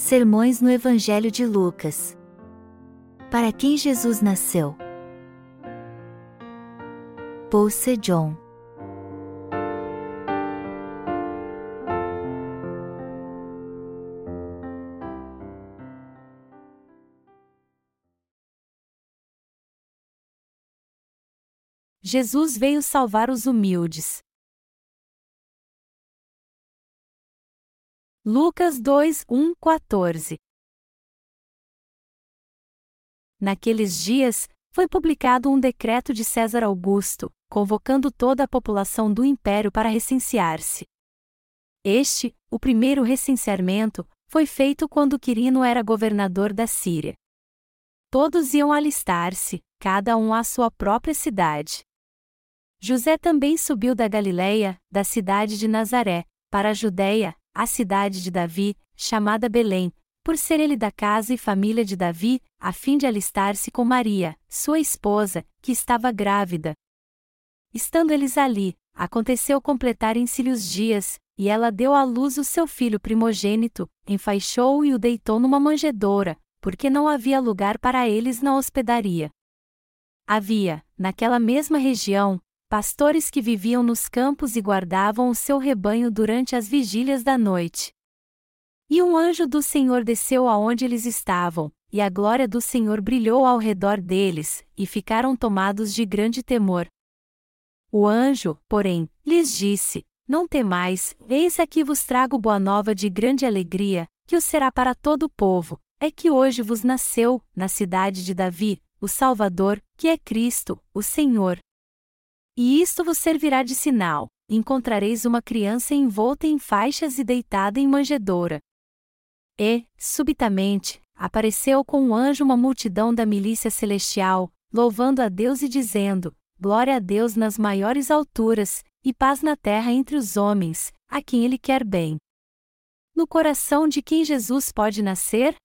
Sermões no Evangelho de Lucas. Para quem Jesus nasceu? Paul Sejong. Jesus veio salvar os humildes. Lucas 2:1-14. Naqueles dias, foi publicado um decreto de César Augusto, convocando toda a população do império para recensear-se. O primeiro recenseamento, foi feito quando Quirino era governador da Síria. Todos iam alistar-se, cada um à sua própria cidade. José também subiu da Galileia, da cidade de Nazaré, para a Judeia, a cidade de Davi, chamada Belém, por ser ele da casa e família de Davi, a fim de alistar-se com Maria, sua esposa, que estava grávida. Estando eles ali, aconteceu completarem-se-lhe os dias, e ela deu à luz o seu filho primogênito, enfaixou-o e o deitou numa manjedoura, porque não havia lugar para eles na hospedaria. Havia, naquela mesma região, pastores que viviam nos campos e guardavam o seu rebanho durante as vigílias da noite. E um anjo do Senhor desceu aonde eles estavam, e a glória do Senhor brilhou ao redor deles, e ficaram tomados de grande temor. O anjo, porém, lhes disse: Não temais, eis aqui vos trago boa nova de grande alegria, que o será para todo o povo, é que hoje vos nasceu, na cidade de Davi, o Salvador, que é Cristo, o Senhor. E isto vos servirá de sinal: encontrareis uma criança envolta em faixas e deitada em manjedoura. E, subitamente, apareceu com um anjo uma multidão da milícia celestial, louvando a Deus e dizendo: Glória a Deus nas maiores alturas, e paz na terra entre os homens, a quem Ele quer bem. No coração de quem Jesus pode nascer?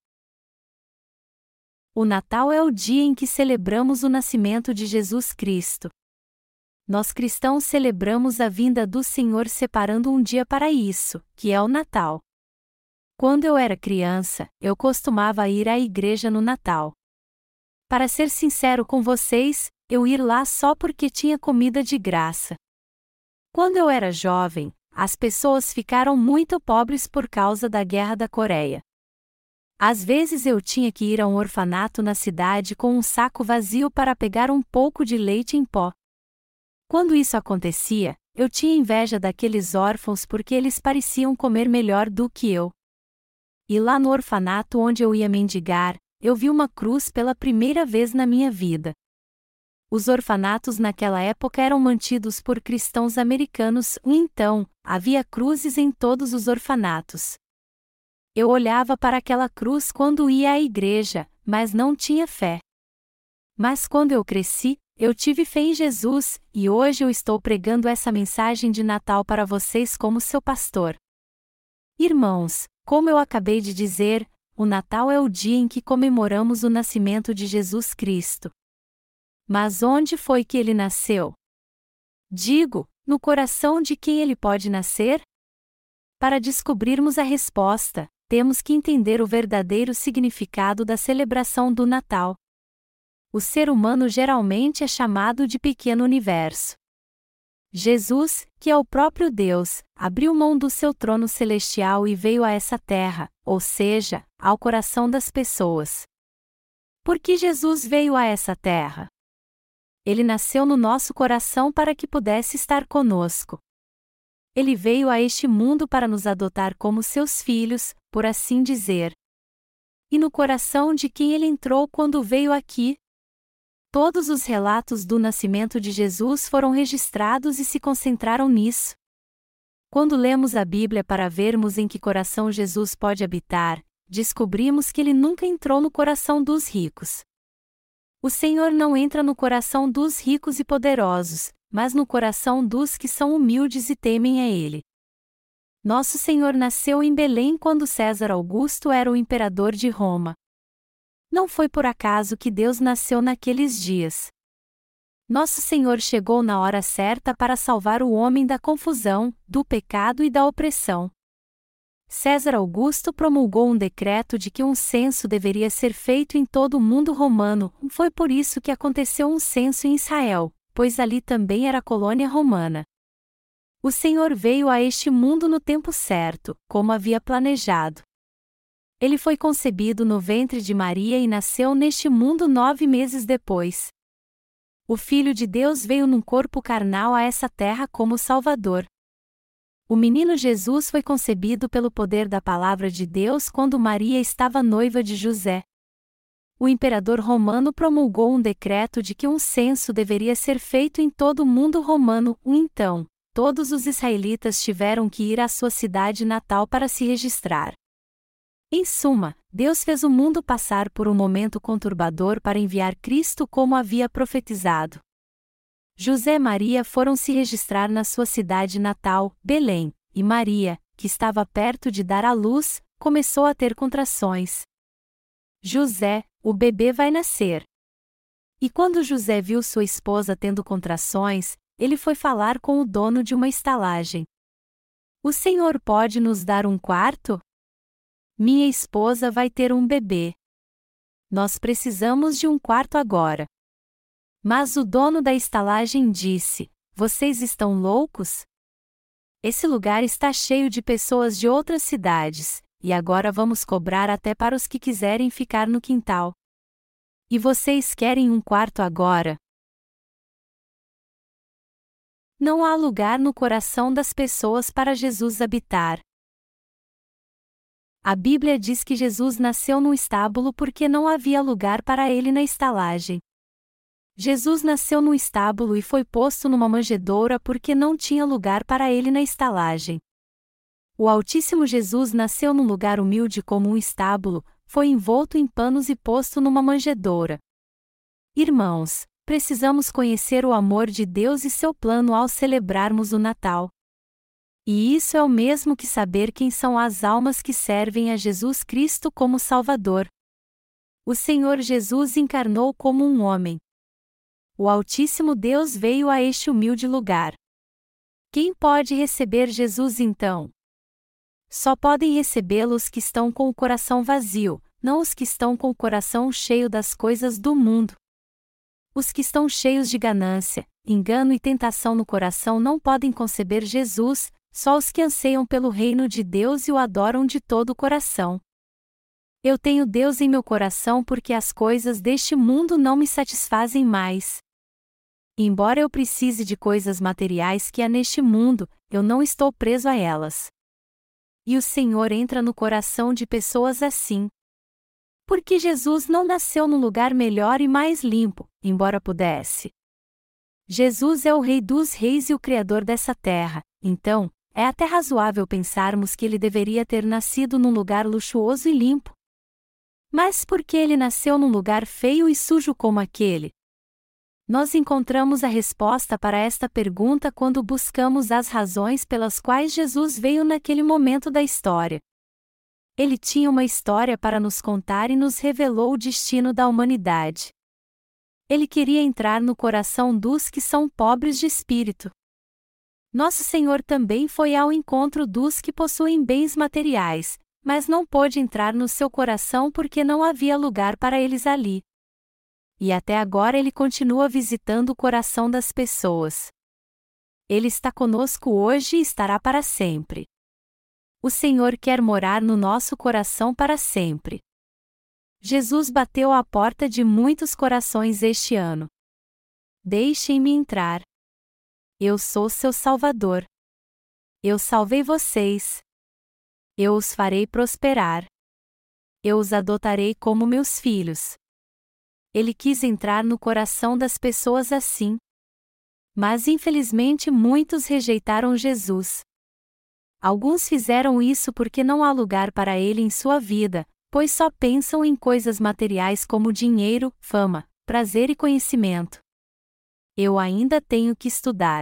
O Natal é o dia em que celebramos o nascimento de Jesus Cristo. Nós cristãos celebramos a vinda do Senhor separando um dia para isso, que é o Natal. Quando eu era criança, eu costumava ir à igreja no Natal. Para ser sincero com vocês, eu ir lá só porque tinha comida de graça. Quando eu era jovem, as pessoas ficaram muito pobres por causa da Guerra da Coreia. Às vezes eu tinha que ir a um orfanato na cidade com um saco vazio para pegar um pouco de leite em pó. Quando isso acontecia, eu tinha inveja daqueles órfãos porque eles pareciam comer melhor do que eu. E lá no orfanato onde eu ia mendigar, eu vi uma cruz pela primeira vez na minha vida. Os orfanatos naquela época eram mantidos por cristãos americanos, e então, havia cruzes em todos os orfanatos. Eu olhava para aquela cruz quando ia à igreja, mas não tinha fé. Mas quando eu cresci, eu tive fé em Jesus, e hoje eu estou pregando essa mensagem de Natal para vocês como seu pastor. Irmãos, como eu acabei de dizer, o Natal é o dia em que comemoramos o nascimento de Jesus Cristo. Mas onde foi que ele nasceu? Digo, no coração de quem ele pode nascer? Para descobrirmos a resposta, temos que entender o verdadeiro significado da celebração do Natal. O ser humano geralmente é chamado de pequeno universo. Jesus, que é o próprio Deus, abriu mão do seu trono celestial e veio a essa terra, ou seja, ao coração das pessoas. Por que Jesus veio a essa terra? Ele nasceu no nosso coração para que pudesse estar conosco. Ele veio a este mundo para nos adotar como seus filhos, por assim dizer. E no coração de quem ele entrou quando veio aqui? Todos os relatos do nascimento de Jesus foram registrados e se concentraram nisso. Quando lemos a Bíblia para vermos em que coração Jesus pode habitar, descobrimos que ele nunca entrou no coração dos ricos. O Senhor não entra no coração dos ricos e poderosos, mas no coração dos que são humildes e temem a Ele. Nosso Senhor nasceu em Belém quando César Augusto era o imperador de Roma. Não foi por acaso que Deus nasceu naqueles dias. Nosso Senhor chegou na hora certa para salvar o homem da confusão, do pecado e da opressão. César Augusto promulgou um decreto de que um censo deveria ser feito em todo o mundo romano. Foi por isso que aconteceu um censo em Israel, pois ali também era colônia romana. O Senhor veio a este mundo no tempo certo, como havia planejado. Ele foi concebido no ventre de Maria e nasceu neste mundo 9 meses depois. O Filho de Deus veio num corpo carnal a essa terra como Salvador. O menino Jesus foi concebido pelo poder da palavra de Deus quando Maria estava noiva de José. O imperador romano promulgou um decreto de que um censo deveria ser feito em todo o mundo romano. Então, todos os israelitas tiveram que ir à sua cidade natal para se registrar. Em suma, Deus fez o mundo passar por um momento conturbador para enviar Cristo como havia profetizado. José e Maria foram se registrar na sua cidade natal, Belém, e Maria, que estava perto de dar à luz, começou a ter contrações. José, o bebê vai nascer. E quando José viu sua esposa tendo contrações, ele foi falar com o dono de uma estalagem. O senhor pode nos dar um quarto? Minha esposa vai ter um bebê. Nós precisamos de um quarto agora. Mas o dono da estalagem disse: Vocês estão loucos? Esse lugar está cheio de pessoas de outras cidades, e agora vamos cobrar até para os que quiserem ficar no quintal. E vocês querem um quarto agora? Não há lugar no coração das pessoas para Jesus habitar. A Bíblia diz que Jesus nasceu num estábulo porque não havia lugar para ele na estalagem. Jesus nasceu num estábulo e foi posto numa manjedoura porque não tinha lugar para ele na estalagem. O Altíssimo Jesus nasceu num lugar humilde como um estábulo, foi envolto em panos e posto numa manjedoura. Irmãos, precisamos conhecer o amor de Deus e seu plano ao celebrarmos o Natal. E isso é o mesmo que saber quem são as almas que servem a Jesus Cristo como Salvador. O Senhor Jesus encarnou como um homem. O Altíssimo Deus veio a este humilde lugar. Quem pode receber Jesus então? Só podem recebê-lo os que estão com o coração vazio, não os que estão com o coração cheio das coisas do mundo. Os que estão cheios de ganância, engano e tentação no coração não podem conceber Jesus, só os que anseiam pelo reino de Deus e o adoram de todo o coração. Eu tenho Deus em meu coração porque as coisas deste mundo não me satisfazem mais. Embora eu precise de coisas materiais que há neste mundo, eu não estou preso a elas. E o Senhor entra no coração de pessoas assim. Porque Jesus não nasceu num lugar melhor e mais limpo, embora pudesse. Jesus é o Rei dos Reis e o Criador dessa terra, então, é até razoável pensarmos que ele deveria ter nascido num lugar luxuoso e limpo. Mas por que ele nasceu num lugar feio e sujo como aquele? Nós encontramos a resposta para esta pergunta quando buscamos as razões pelas quais Jesus veio naquele momento da história. Ele tinha uma história para nos contar e nos revelou o destino da humanidade. Ele queria entrar no coração dos que são pobres de espírito. Nosso Senhor também foi ao encontro dos que possuem bens materiais, mas não pôde entrar no seu coração porque não havia lugar para eles ali. E até agora ele continua visitando o coração das pessoas. Ele está conosco hoje e estará para sempre. O Senhor quer morar no nosso coração para sempre. Jesus bateu à porta de muitos corações este ano. Deixem-me entrar. Eu sou seu Salvador. Eu salvei vocês. Eu os farei prosperar. Eu os adotarei como meus filhos. Ele quis entrar no coração das pessoas assim. Mas infelizmente muitos rejeitaram Jesus. Alguns fizeram isso porque não há lugar para ele em sua vida, pois só pensam em coisas materiais como dinheiro, fama, prazer e conhecimento. Eu ainda tenho que estudar.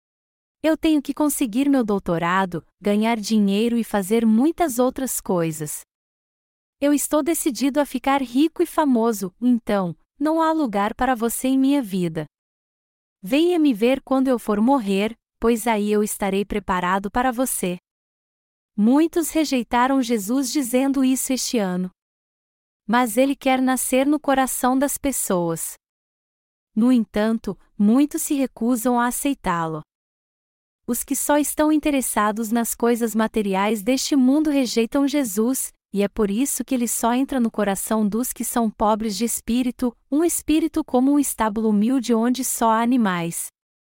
Eu tenho que conseguir meu doutorado, ganhar dinheiro e fazer muitas outras coisas. Eu estou decidido a ficar rico e famoso, então, não há lugar para você em minha vida. Venha me ver quando eu for morrer, pois aí eu estarei preparado para você. Muitos rejeitaram Jesus dizendo isso este ano. Mas ele quer nascer no coração das pessoas. No entanto, muitos se recusam a aceitá-lo. Os que só estão interessados nas coisas materiais deste mundo rejeitam Jesus, e é por isso que ele só entra no coração dos que são pobres de espírito, um espírito como um estábulo humilde onde só há animais.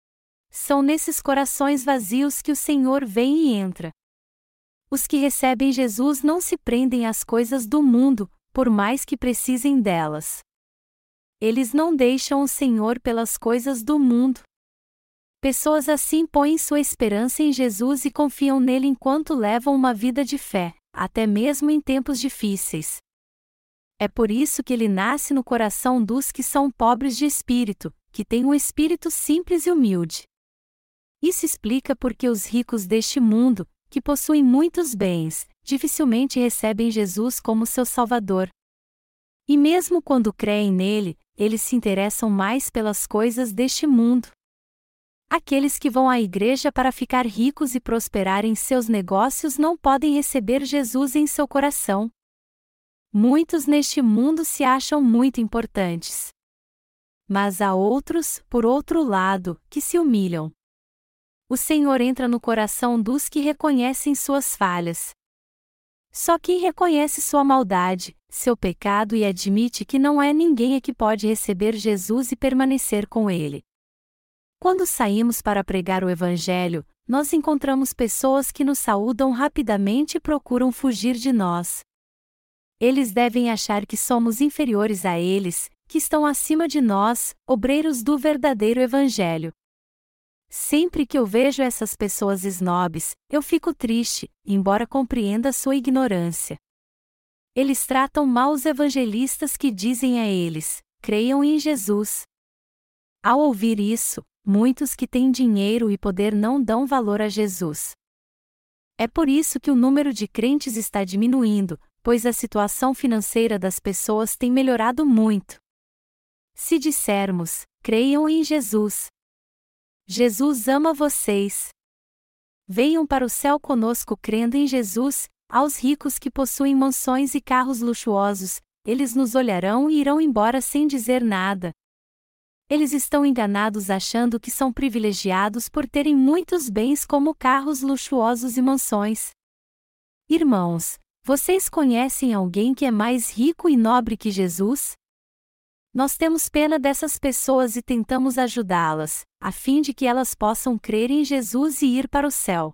São nesses corações vazios que o Senhor vem e entra. Os que recebem Jesus não se prendem às coisas do mundo, por mais que precisem delas. Eles não deixam o Senhor pelas coisas do mundo. Pessoas assim põem sua esperança em Jesus e confiam nele enquanto levam uma vida de fé, até mesmo em tempos difíceis. É por isso que ele nasce no coração dos que são pobres de espírito, que têm um espírito simples e humilde. Isso explica porque os ricos deste mundo, que possuem muitos bens, dificilmente recebem Jesus como seu Salvador. E mesmo quando creem nele, eles se interessam mais pelas coisas deste mundo. Aqueles que vão à igreja para ficar ricos e prosperar em seus negócios não podem receber Jesus em seu coração. Muitos neste mundo se acham muito importantes. Mas há outros, por outro lado, que se humilham. O Senhor entra no coração dos que reconhecem suas falhas. Só quem reconhece sua maldade, seu pecado e admite que não é ninguém é que pode receber Jesus e permanecer com ele. Quando saímos para pregar o Evangelho, nós encontramos pessoas que nos saúdam rapidamente e procuram fugir de nós. Eles devem achar que somos inferiores a eles, que estão acima de nós, obreiros do verdadeiro Evangelho. Sempre que eu vejo essas pessoas snobs, eu fico triste, embora compreenda sua ignorância. Eles tratam mal os evangelistas que dizem a eles: creiam em Jesus. Ao ouvir isso, muitos que têm dinheiro e poder não dão valor a Jesus. É por isso que o número de crentes está diminuindo, pois a situação financeira das pessoas tem melhorado muito. Se dissermos: creiam em Jesus. Jesus ama vocês. Venham para o céu conosco crendo em Jesus. Aos ricos que possuem mansões e carros luxuosos, eles nos olharão e irão embora sem dizer nada. Eles estão enganados achando que são privilegiados por terem muitos bens como carros luxuosos e mansões. Irmãos, vocês conhecem alguém que é mais rico e nobre que Jesus? Nós temos pena dessas pessoas e tentamos ajudá-las, a fim de que elas possam crer em Jesus e ir para o céu.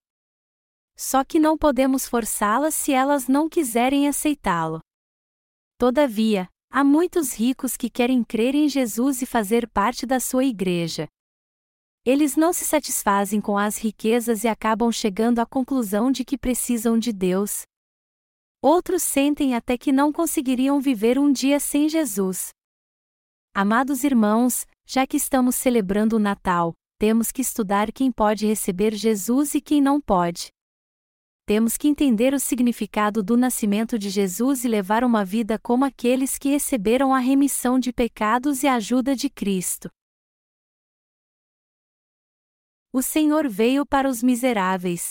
Só que não podemos forçá-las se elas não quiserem aceitá-lo. Todavia, há muitos ricos que querem crer em Jesus e fazer parte da sua igreja. Eles não se satisfazem com as riquezas e acabam chegando à conclusão de que precisam de Deus. Outros sentem até que não conseguiriam viver um dia sem Jesus. Amados irmãos, já que estamos celebrando o Natal, temos que estudar quem pode receber Jesus e quem não pode. Temos que entender o significado do nascimento de Jesus e levar uma vida como aqueles que receberam a remissão de pecados e a ajuda de Cristo. O Senhor veio para os miseráveis.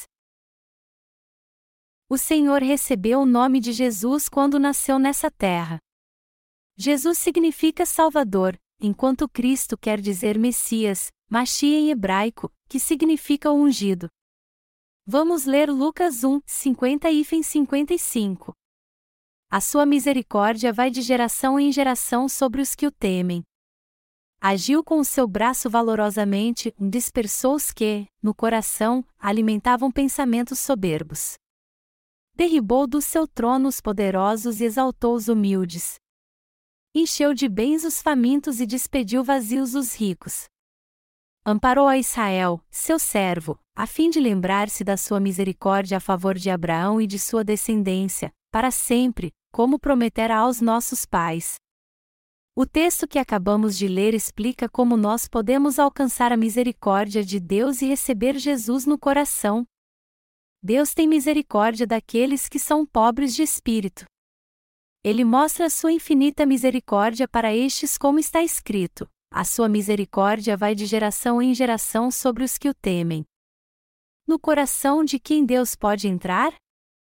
O Senhor recebeu o nome de Jesus quando nasceu nessa terra. Jesus significa Salvador, enquanto Cristo quer dizer Messias, Machia em hebraico, que significa o ungido. Vamos ler Lucas 1, 50-55. A sua misericórdia vai de geração em geração sobre os que o temem. Agiu com o seu braço valorosamente, dispersou os que, no coração, alimentavam pensamentos soberbos. Derribou do seu trono os poderosos e exaltou os humildes. Encheu de bens os famintos e despediu vazios os ricos. Amparou a Israel, seu servo, a fim de lembrar-se da sua misericórdia a favor de Abraão e de sua descendência, para sempre, como prometera aos nossos pais. O texto que acabamos de ler explica como nós podemos alcançar a misericórdia de Deus e receber Jesus no coração. Deus tem misericórdia daqueles que são pobres de espírito. Ele mostra a sua infinita misericórdia para estes como está escrito: a sua misericórdia vai de geração em geração sobre os que o temem. No coração de quem Deus pode entrar?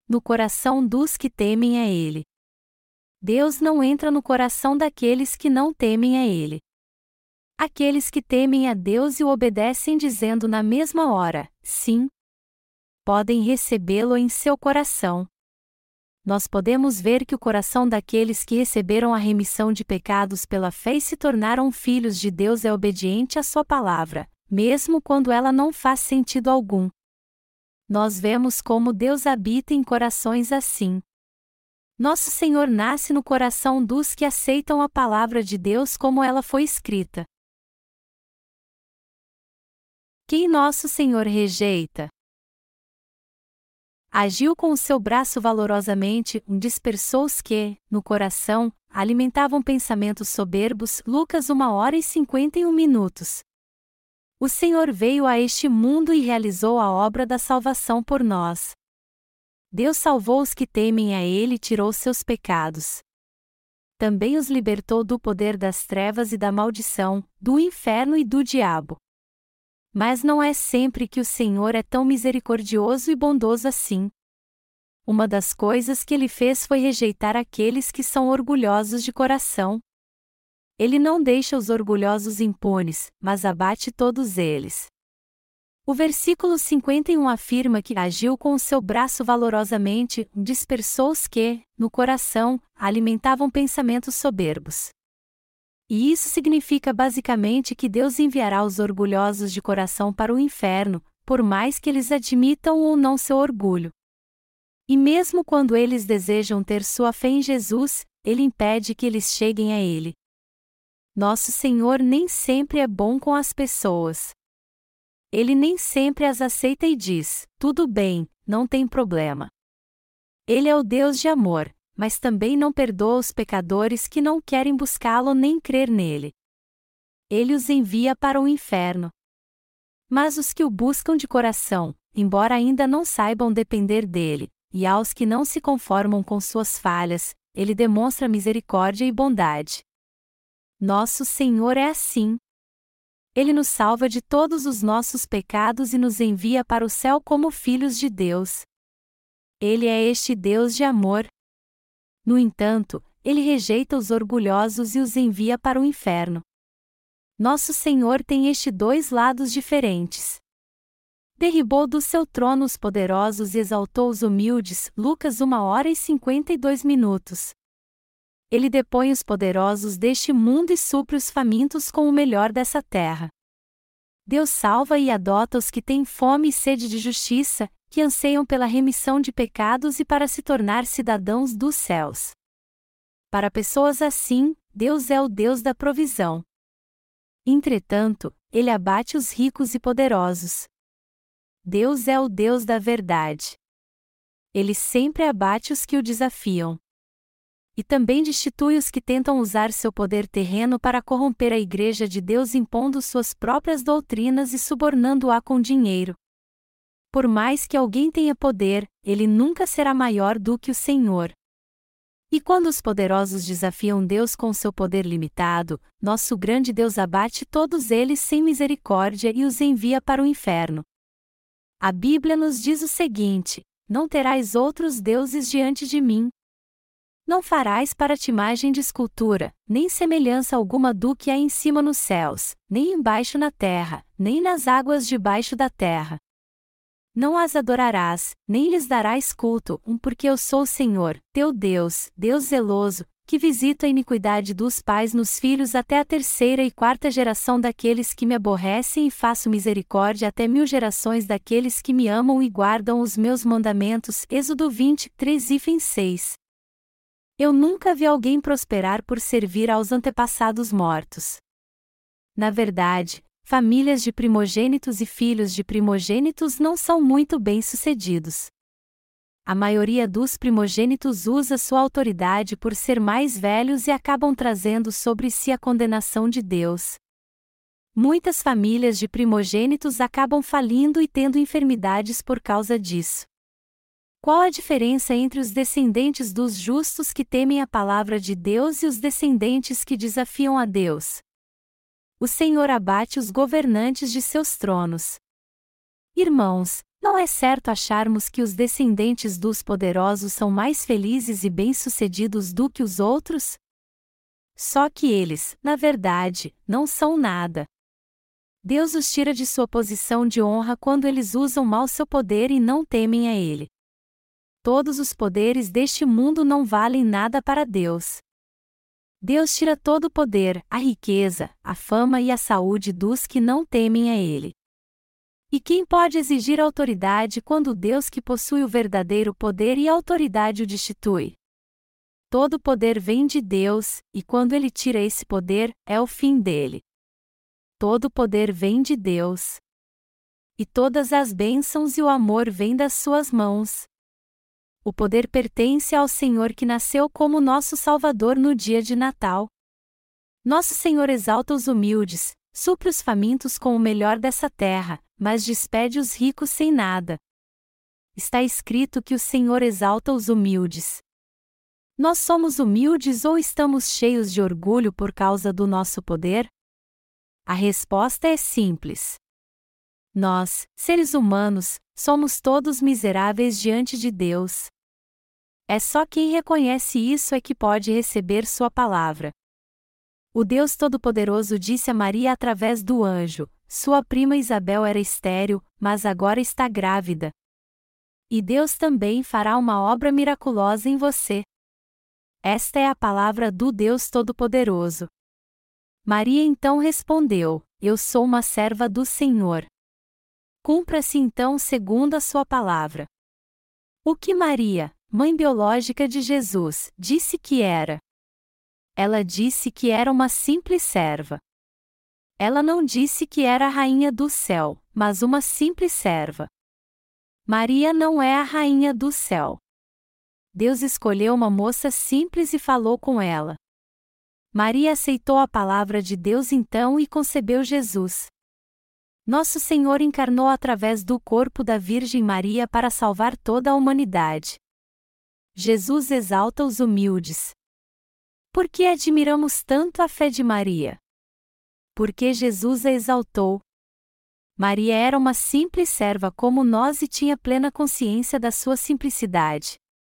no coração dos que temem a Ele. Deus não entra no coração daqueles que não temem a Ele. Aqueles que temem a Deus e o obedecem dizendo na mesma hora, sim, podem recebê-lo em seu coração. Nós podemos ver que o coração daqueles que receberam a remissão de pecados pela fé e se tornaram filhos de Deus é obediente à sua palavra, mesmo quando ela não faz sentido algum. Nós vemos como Deus habita em corações assim. Nosso Senhor nasce no coração dos que aceitam a palavra de Deus como ela foi escrita. Quem nosso Senhor rejeita? Agiu com o seu braço valorosamente, dispersou os que, no coração, alimentavam pensamentos soberbos. Lucas 1h51. O Senhor veio a este mundo e realizou a obra da salvação por nós. Deus salvou os que temem a Ele e tirou seus pecados. Também os libertou do poder das trevas e da maldição, do inferno e do diabo. Mas não é sempre que o Senhor é tão misericordioso e bondoso assim. Uma das coisas que Ele fez foi rejeitar aqueles que são orgulhosos de coração. Ele não deixa os orgulhosos impunes, mas abate todos eles. O versículo 51 afirma que agiu com o seu braço valorosamente, dispersou os que, no coração, alimentavam pensamentos soberbos. E isso significa basicamente que Deus enviará os orgulhosos de coração para o inferno, por mais que eles admitam ou não seu orgulho. E mesmo quando eles desejam ter sua fé em Jesus, Ele impede que eles cheguem a Ele. Nosso Senhor nem sempre é bom com as pessoas. Ele nem sempre as aceita e diz, tudo bem, não tem problema. Ele é o Deus de amor, mas também não perdoa os pecadores que não querem buscá-lo nem crer nele. Ele os envia para o inferno. Mas os que o buscam de coração, embora ainda não saibam depender dele, e aos que não se conformam com suas falhas, ele demonstra misericórdia e bondade. Nosso Senhor é assim. Ele nos salva de todos os nossos pecados e nos envia para o céu como filhos de Deus. Ele é este Deus de amor. No entanto, Ele rejeita os orgulhosos e os envia para o inferno. Nosso Senhor tem estes dois lados diferentes. Derribou do seu trono os poderosos e exaltou os humildes. Lucas 1h52. Ele depõe os poderosos deste mundo e supre os famintos com o melhor dessa terra. Deus salva e adota os que têm fome e sede de justiça, que anseiam pela remissão de pecados e para se tornar cidadãos dos céus. Para pessoas assim, Deus é o Deus da provisão. Entretanto, Ele abate os ricos e poderosos. Deus é o Deus da verdade. Ele sempre abate os que o desafiam. E também destitui os que tentam usar seu poder terreno para corromper a Igreja de Deus impondo suas próprias doutrinas e subornando-a com dinheiro. Por mais que alguém tenha poder, ele nunca será maior do que o Senhor. E quando os poderosos desafiam Deus com seu poder limitado, nosso grande Deus abate todos eles sem misericórdia e os envia para o inferno. A Bíblia nos diz o seguinte: não terás outros deuses diante de mim. Não farás para ti imagem de escultura, nem semelhança alguma do que há em cima nos céus, nem embaixo na terra, nem nas águas debaixo da terra. Não as adorarás, nem lhes darás culto, porque eu sou o Senhor, teu Deus, Deus zeloso, que visito a iniquidade dos pais nos filhos até a 3ª e 4ª geração daqueles que me aborrecem e faço misericórdia até 1000 gerações daqueles que me amam e guardam os meus mandamentos. Êxodo 23:6. Eu nunca vi alguém prosperar por servir aos antepassados mortos. Na verdade, famílias de primogênitos e filhos de primogênitos não são muito bem-sucedidos. A maioria dos primogênitos usa sua autoridade por ser mais velhos e acabam trazendo sobre si a condenação de Deus. Muitas famílias de primogênitos acabam falindo e tendo enfermidades por causa disso. Qual a diferença entre os descendentes dos justos que temem a palavra de Deus e os descendentes que desafiam a Deus? O Senhor abate os governantes de seus tronos. Irmãos, Não é certo acharmos que os descendentes dos poderosos são mais felizes e bem-sucedidos do que os outros? Só que eles, na verdade, não são nada. Deus os tira de sua posição de honra quando eles usam mal seu poder e não temem a Ele. Todos os poderes deste mundo não valem nada para Deus. Deus tira todo o poder, a riqueza, a fama e a saúde dos que não temem a Ele. E quem pode exigir autoridade quando o Deus que possui o verdadeiro poder e autoridade o destitui? Todo o poder vem de Deus, e quando Ele tira esse poder, é o fim dele. Todo o poder vem de Deus. E todas as bênçãos e o amor vêm das suas mãos. O poder pertence ao Senhor que nasceu como nosso Salvador no dia de Natal. Nosso Senhor exalta os humildes, supre os famintos com o melhor dessa terra, mas despede os ricos sem nada. Está escrito que o Senhor exalta os humildes. Nós somos humildes ou estamos cheios de orgulho por causa do nosso poder? A resposta é simples. Nós, seres humanos, somos todos miseráveis diante de Deus. É só quem reconhece isso é que pode receber sua palavra. O Deus Todo-Poderoso disse a Maria através do anjo: sua prima Isabel era estéril, mas agora está grávida. E Deus também fará uma obra miraculosa em você. Esta é a palavra do Deus Todo-Poderoso. Maria então respondeu: eu sou uma serva do Senhor. Cumpra-se então segundo a sua palavra. O que Maria, mãe biológica de Jesus, disse que era? Ela disse que era uma simples serva. Ela não disse que era a rainha do céu, mas uma simples serva. Maria não é a rainha do céu. Deus escolheu uma moça simples e falou com ela. Maria aceitou a palavra de Deus então e concebeu Jesus. Nosso Senhor encarnou através do corpo da Virgem Maria para salvar toda a humanidade. Jesus exalta os humildes. Por que admiramos tanto a fé de Maria? Porque Jesus a exaltou. Maria era uma simples serva como nós e tinha plena consciência da sua simplicidade.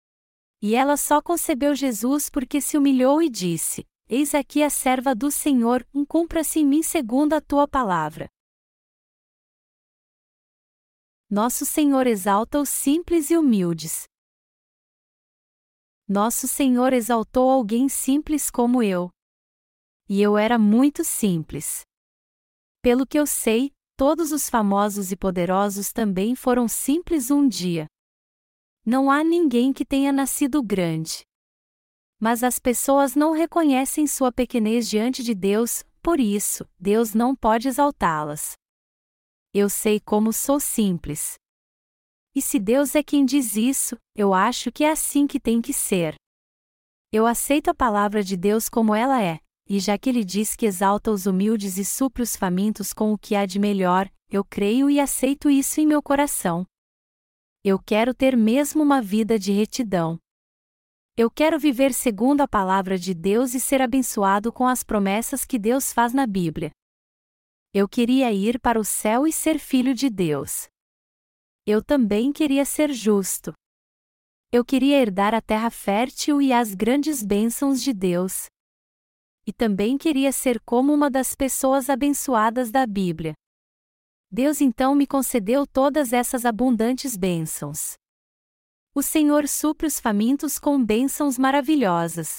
E ela só concebeu Jesus porque se humilhou e disse: eis aqui a serva do Senhor, cumpra-se em mim segundo a tua palavra. Nosso Senhor exalta os simples e humildes. Nosso Senhor exaltou alguém simples como eu. E eu era muito simples. Pelo que eu sei, todos os famosos e poderosos também foram simples um dia. Não há ninguém que tenha nascido grande. Mas as pessoas não reconhecem sua pequenez diante de Deus, por isso, Deus não pode exaltá-las. Eu sei como sou simples. E se Deus é quem diz isso, eu acho que é assim que tem que ser. Eu aceito a palavra de Deus como ela é, e já que Ele diz que exalta os humildes e supre os famintos com o que há de melhor, eu creio e aceito isso em meu coração. Eu quero ter mesmo uma vida de retidão. Eu quero viver segundo a palavra de Deus e ser abençoado com as promessas que Deus faz na Bíblia. Eu queria ir para o céu e ser filho de Deus. Eu também queria ser justo. Eu queria herdar a terra fértil e as grandes bênçãos de Deus. E também queria ser como uma das pessoas abençoadas da Bíblia. Deus então me concedeu todas essas abundantes bênçãos. O Senhor supre os famintos com bênçãos maravilhosas.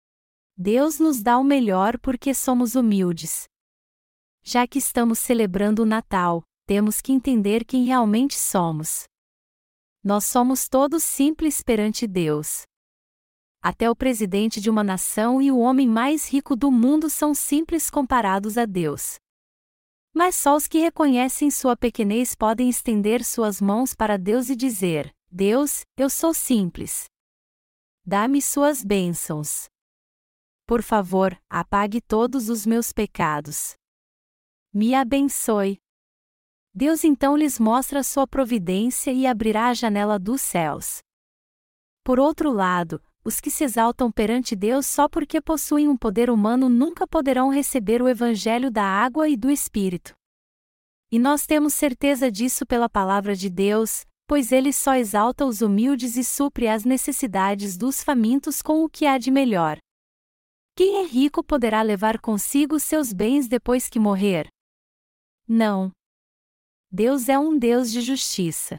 Deus nos dá o melhor porque somos humildes. Já que estamos celebrando o Natal, temos que entender quem realmente somos. Nós somos todos simples perante Deus. Até o presidente de uma nação e o homem mais rico do mundo são simples comparados a Deus. Mas só os que reconhecem sua pequenez podem estender suas mãos para Deus e dizer: Deus, eu sou simples. Dá-me suas bênçãos. Por favor, apague todos os meus pecados. Me abençoe. Deus então lhes mostra sua providência e abrirá a janela dos céus. Por outro lado, os que se exaltam perante Deus só porque possuem um poder humano nunca poderão receber o evangelho da água e do Espírito. E nós temos certeza disso pela palavra de Deus, pois ele só exalta os humildes e supre as necessidades dos famintos com o que há de melhor. Quem é rico poderá levar consigo seus bens depois que morrer? Não. Deus é um Deus de justiça.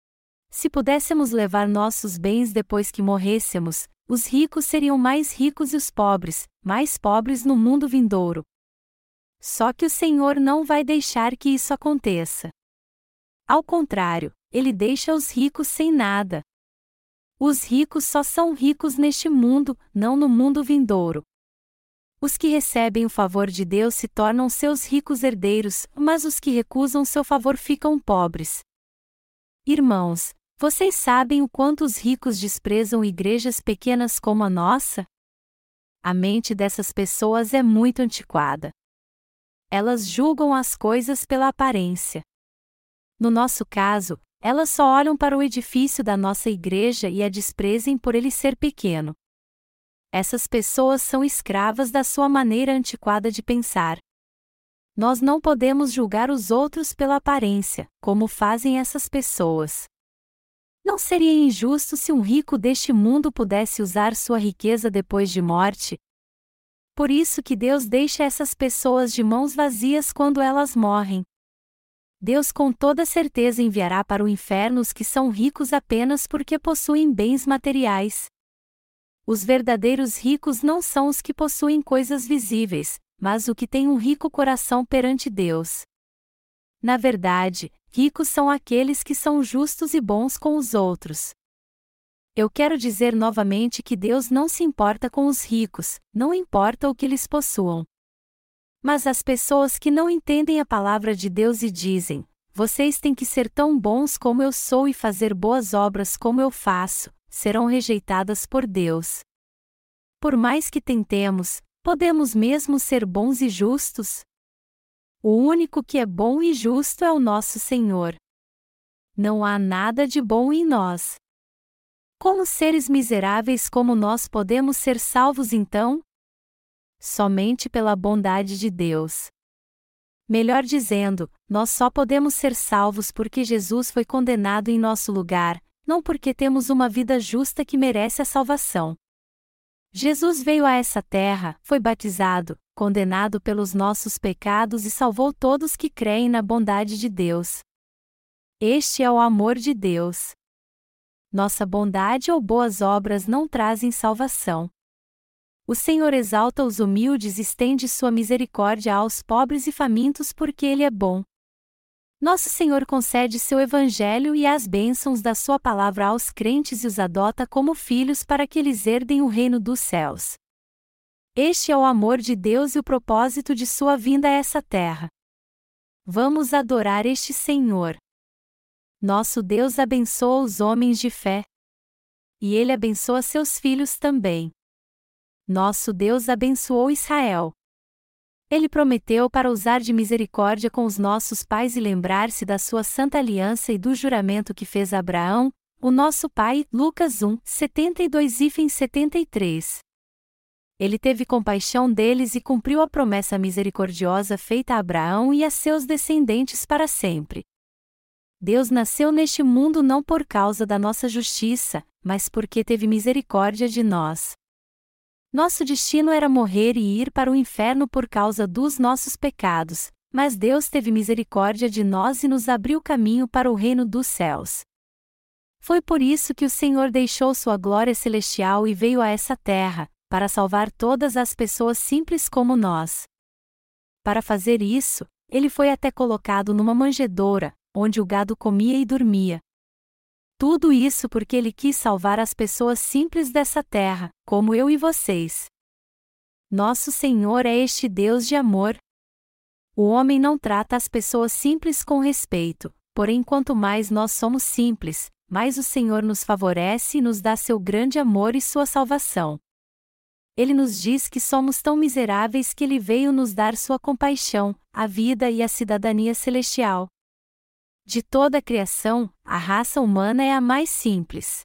Se pudéssemos levar nossos bens depois que morrêssemos, os ricos seriam mais ricos e os pobres, mais pobres no mundo vindouro. Só que o Senhor não vai deixar que isso aconteça. Ao contrário, Ele deixa os ricos sem nada. Os ricos só são ricos neste mundo, não no mundo vindouro. Os que recebem o favor de Deus se tornam seus ricos herdeiros, mas os que recusam seu favor ficam pobres. Irmãos, vocês sabem o quanto os ricos desprezam igrejas pequenas como a nossa? A mente dessas pessoas é muito antiquada. Elas julgam as coisas pela aparência. No nosso caso, elas só olham para o edifício da nossa igreja e a desprezem por ele ser pequeno. Essas pessoas são escravas da sua maneira antiquada de pensar. Nós não podemos julgar os outros pela aparência, como fazem essas pessoas. Não seria injusto se um rico deste mundo pudesse usar sua riqueza depois de morte? Por isso que Deus deixa essas pessoas de mãos vazias quando elas morrem. Deus com toda certeza enviará para o inferno os que são ricos apenas porque possuem bens materiais. Os verdadeiros ricos não são os que possuem coisas visíveis, mas o que tem um rico coração perante Deus. Na verdade, ricos são aqueles que são justos e bons com os outros. Eu quero dizer novamente que Deus não se importa com os ricos, não importa o que eles possuam. Mas as pessoas que não entendem a palavra de Deus e dizem: vocês têm que ser tão bons como eu sou e fazer boas obras como eu faço, serão rejeitadas por Deus. Por mais que tentemos, podemos mesmo ser bons e justos? O único que é bom e justo é o nosso Senhor. Não há nada de bom em nós. Como seres miseráveis como nós podemos ser salvos então? Somente pela bondade de Deus. Melhor dizendo, nós só podemos ser salvos porque Jesus foi condenado em nosso lugar, não porque temos uma vida justa que merece a salvação. Jesus veio a essa terra, foi batizado, condenado pelos nossos pecados e salvou todos que creem na bondade de Deus. Este é o amor de Deus. Nossa bondade ou boas obras não trazem salvação. O Senhor exalta os humildes e estende sua misericórdia aos pobres e famintos porque Ele é bom. Nosso Senhor concede seu evangelho e as bênçãos da sua palavra aos crentes e os adota como filhos para que eles herdem o reino dos céus. Este é o amor de Deus e o propósito de sua vinda a essa terra. Vamos adorar este Senhor. Nosso Deus abençoa os homens de fé. E Ele abençoa seus filhos também. Nosso Deus abençoou Israel. Ele prometeu para usar de misericórdia com os nossos pais e lembrar-se da sua santa aliança e do juramento que fez a Abraão, o nosso pai. Lucas 1, 72 e 73. Ele teve compaixão deles e cumpriu a promessa misericordiosa feita a Abraão e a seus descendentes para sempre. Deus nasceu neste mundo não por causa da nossa justiça, mas porque teve misericórdia de nós. Nosso destino era morrer e ir para o inferno por causa dos nossos pecados, mas Deus teve misericórdia de nós e nos abriu caminho para o reino dos céus. Foi por isso que o Senhor deixou sua glória celestial e veio a essa terra, para salvar todas as pessoas simples como nós. Para fazer isso, Ele foi até colocado numa manjedoura, onde o gado comia e dormia. Tudo isso porque Ele quis salvar as pessoas simples dessa terra, como eu e vocês. Nosso Senhor é este Deus de amor. O homem não trata as pessoas simples com respeito, porém quanto mais nós somos simples, mais o Senhor nos favorece e nos dá seu grande amor e sua salvação. Ele nos diz que somos tão miseráveis que Ele veio nos dar sua compaixão, a vida e a cidadania celestial. De toda a criação, a raça humana é a mais simples.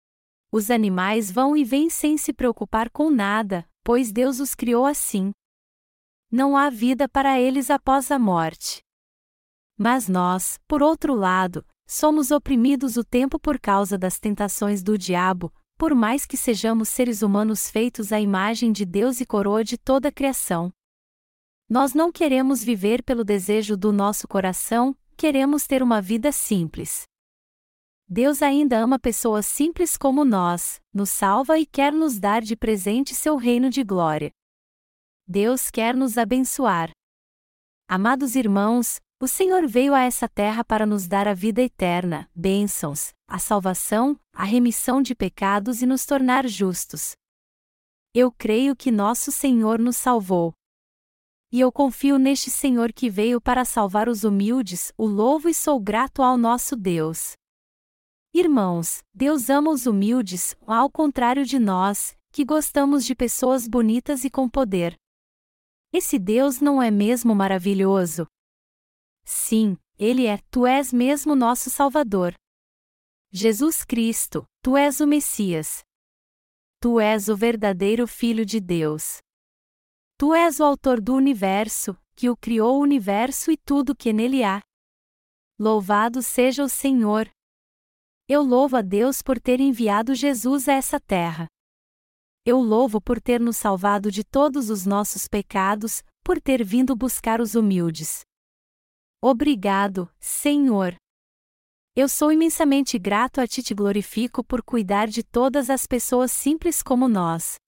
Os animais vão e vêm sem se preocupar com nada, pois Deus os criou assim. Não há vida para eles após a morte. Mas nós, por outro lado, somos oprimidos o tempo por causa das tentações do diabo, por mais que sejamos seres humanos feitos à imagem de Deus e coroa de toda a criação. Nós não queremos viver pelo desejo do nosso coração, queremos ter uma vida simples. Deus ainda ama pessoas simples como nós, nos salva e quer nos dar de presente seu reino de glória. Deus quer nos abençoar. Amados irmãos, o Senhor veio a essa terra para nos dar a vida eterna, bênçãos, a salvação, a remissão de pecados e nos tornar justos. Eu creio que nosso Senhor nos salvou. E eu confio neste Senhor que veio para salvar os humildes, o louvo e sou grato ao nosso Deus. Irmãos, Deus ama os humildes, ao contrário de nós, que gostamos de pessoas bonitas e com poder. Esse Deus não é mesmo maravilhoso? Sim, Ele é, Tu és mesmo nosso Salvador. Jesus Cristo, Tu és o Messias. Tu és o verdadeiro Filho de Deus. Tu és o autor do universo, que o criou o universo e tudo que nele há. Louvado seja o Senhor! Eu louvo a Deus por ter enviado Jesus a essa terra. Eu louvo por ter nos salvado de todos os nossos pecados, por ter vindo buscar os humildes. Obrigado, Senhor! Eu sou imensamente grato a Ti e te glorifico por cuidar de todas as pessoas simples como nós.